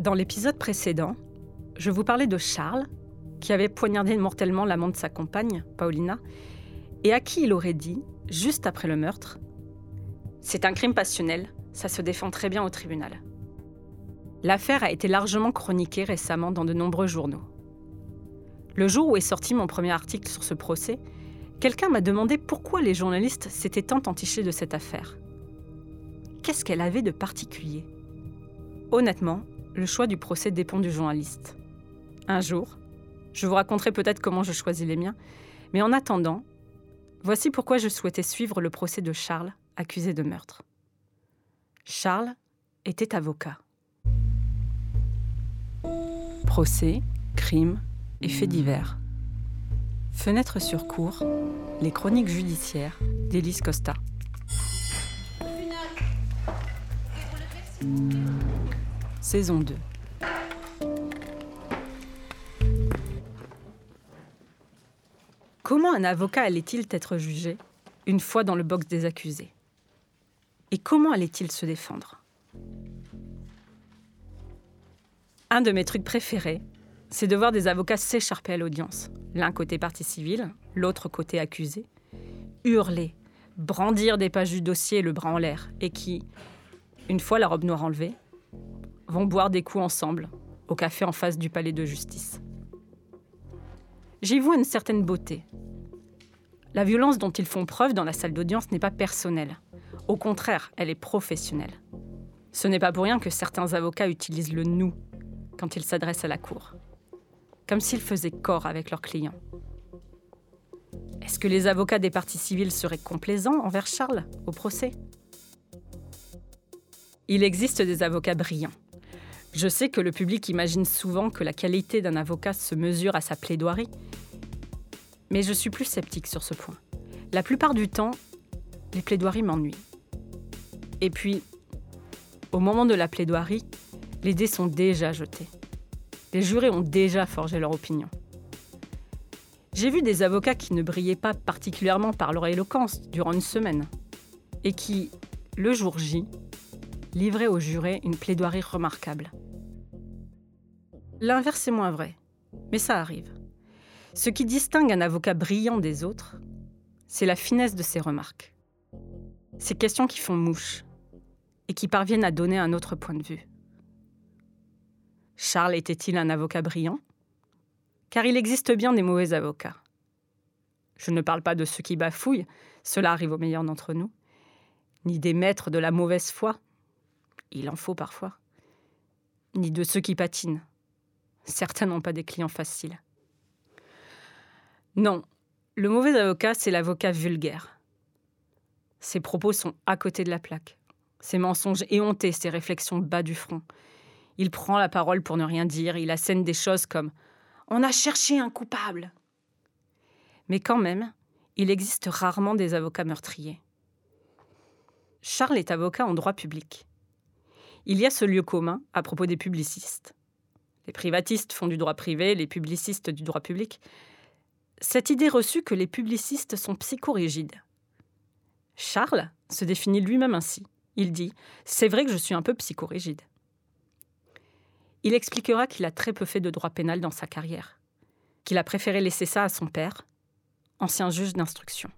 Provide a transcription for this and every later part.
Dans l'épisode précédent, je vous parlais de Charles, qui avait poignardé mortellement l'amant de sa compagne, Paulina, et à qui il aurait dit, juste après le meurtre, « C'est un crime passionnel, ça se défend très bien au tribunal ». L'affaire a été largement chroniquée récemment dans de nombreux journaux. Le jour où est sorti mon premier article sur ce procès, quelqu'un m'a demandé pourquoi les journalistes s'étaient tant entichés de cette affaire. Qu'est-ce qu'elle avait de particulier ? Honnêtement, le choix du procès dépend du journaliste. Un jour, je vous raconterai peut-être comment je choisis les miens, mais en attendant, voici pourquoi je souhaitais suivre le procès de Charles, accusé de meurtre. Charles était avocat. Procès, crimes et faits divers. Fenêtre sur cour, les chroniques judiciaires d'Élise Costa. Saison 2. Comment un avocat allait-il être jugé une fois dans le box des accusés ? Et comment allait-il se défendre ? Un de mes trucs préférés, c'est de voir des avocats s'écharper à l'audience, l'un côté partie civile, l'autre côté accusé, hurler, brandir des pages du dossier le bras en l'air, et qui, une fois la robe noire enlevée, vont boire des coups ensemble, au café en face du palais de justice. J'y vois une certaine beauté. La violence dont ils font preuve dans la salle d'audience n'est pas personnelle. Au contraire, elle est professionnelle. Ce n'est pas pour rien que certains avocats utilisent le « nous » quand ils s'adressent à la cour. Comme s'ils faisaient corps avec leurs clients. Est-ce que les avocats des parties civiles seraient complaisants envers Charles au procès ? Il existe des avocats brillants. Je sais que le public imagine souvent que la qualité d'un avocat se mesure à sa plaidoirie, mais je suis plus sceptique sur ce point. La plupart du temps, les plaidoiries m'ennuient. Et puis, au moment de la plaidoirie, les dés sont déjà jetés. Les jurés ont déjà forgé leur opinion. J'ai vu des avocats qui ne brillaient pas particulièrement par leur éloquence durant une semaine, et qui, le jour J, livraient aux jurés une plaidoirie remarquable. L'inverse est moins vrai, mais ça arrive. Ce qui distingue un avocat brillant des autres, c'est la finesse de ses remarques. Ces questions qui font mouche et qui parviennent à donner un autre point de vue. Charles était-il un avocat brillant ? Car il existe bien des mauvais avocats. Je ne parle pas de ceux qui bafouillent, cela arrive aux meilleurs d'entre nous, ni des maîtres de la mauvaise foi, il en faut parfois, ni de ceux qui patinent. Certains n'ont pas des clients faciles. Non, le mauvais avocat, c'est l'avocat vulgaire. Ses propos sont à côté de la plaque. Ses mensonges éhontés, ses réflexions bas du front. Il prend la parole pour ne rien dire, il assène des choses comme « On a cherché un coupable ». Mais quand même, il existe rarement des avocats meurtriers. Charles est avocat en droit public. Il y a ce lieu commun à propos des publicistes. Les privatistes font du droit privé, les publicistes du droit public. Cette idée reçue que les publicistes sont psychorigides. Charles se définit lui-même ainsi. Il dit « C'est vrai que je suis un peu psychorigide ». Il expliquera qu'il a très peu fait de droit pénal dans sa carrière, qu'il a préféré laisser ça à son père, ancien juge d'instruction.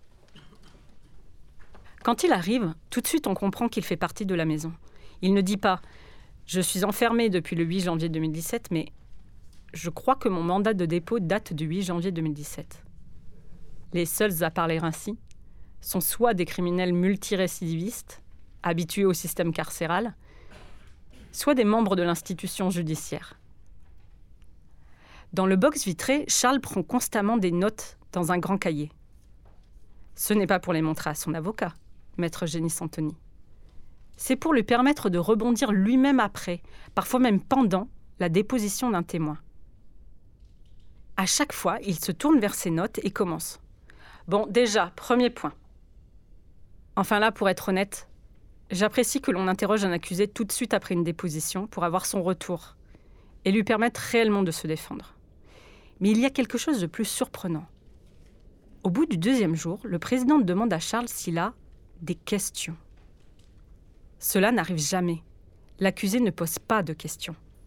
Quand il arrive, tout de suite on comprend qu'il fait partie de la maison. Il ne dit pas « Je suis enfermé depuis le 8 janvier 2017, mais je crois que mon mandat de dépôt date du 8 janvier 2017. » Les seuls à parler ainsi sont soit des criminels multirécidivistes, habitués au système carcéral, soit des membres de l'institution judiciaire. Dans le box vitré, Charles prend constamment des notes dans un grand cahier. Ce n'est pas pour les montrer à son avocat, maître Génie Santoni. C'est pour lui permettre de rebondir lui-même après, parfois même pendant, la déposition d'un témoin. À chaque fois, il se tourne vers ses notes et commence. Bon, déjà, premier point. Enfin là, pour être honnête, j'apprécie que l'on interroge un accusé tout de suite après une déposition pour avoir son retour et lui permettre réellement de se défendre. Mais il y a quelque chose de plus surprenant. Au bout du 2e jour, le président demande à Charles s'il a des questions. Cela n'arrive jamais. L'accusé ne pose pas de questions.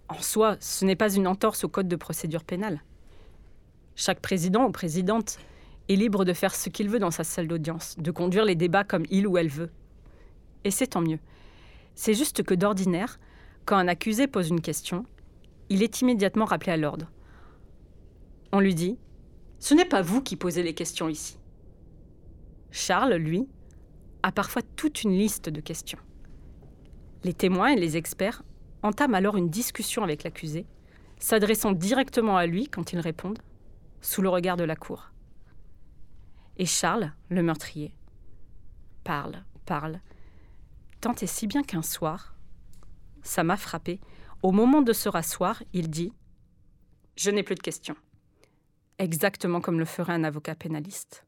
En soi, ce n'est pas une entorse au code de procédure pénale. Chaque président ou présidente est libre de faire ce qu'il veut dans sa salle d'audience, de conduire les débats comme il ou elle veut. Et c'est tant mieux. C'est juste que d'ordinaire, quand un accusé pose une question, il est immédiatement rappelé à l'ordre. On lui dit « Ce n'est pas vous qui posez les questions ici ». Charles, lui, a parfois toute une liste de questions. Les témoins et les experts entament alors une discussion avec l'accusé, s'adressant directement à lui quand ils répondent, sous le regard de la cour. Et Charles, le meurtrier, parle, tant et si bien qu'un soir, ça m'a frappé, au moment de se rasseoir, il dit « Je n'ai plus de questions », exactement comme le ferait un avocat pénaliste.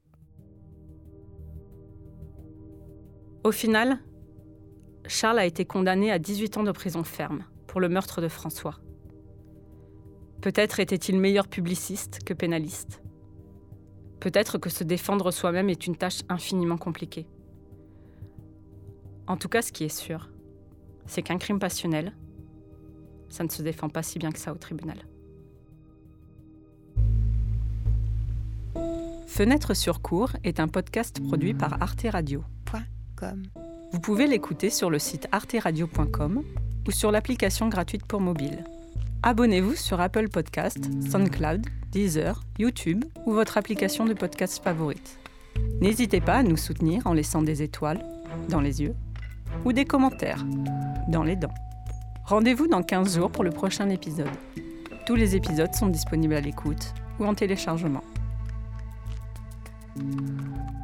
Au final, Charles a été condamné à 18 ans de prison ferme pour le meurtre de François. Peut-être était-il meilleur publiciste que pénaliste. Peut-être que se défendre soi-même est une tâche infiniment compliquée. En tout cas, ce qui est sûr, c'est qu'un crime passionnel, ça ne se défend pas si bien que ça au tribunal. Fenêtre sur cour est un podcast produit par Arte Radio. Vous pouvez l'écouter sur le site arteradio.com ou sur l'application gratuite pour mobile. Abonnez-vous sur Apple Podcasts, SoundCloud, Deezer, YouTube ou votre application de podcast favorite. N'hésitez pas à nous soutenir en laissant des étoiles dans les yeux ou des commentaires dans les dents. Rendez-vous dans 15 jours pour le prochain épisode. Tous les épisodes sont disponibles à l'écoute ou en téléchargement.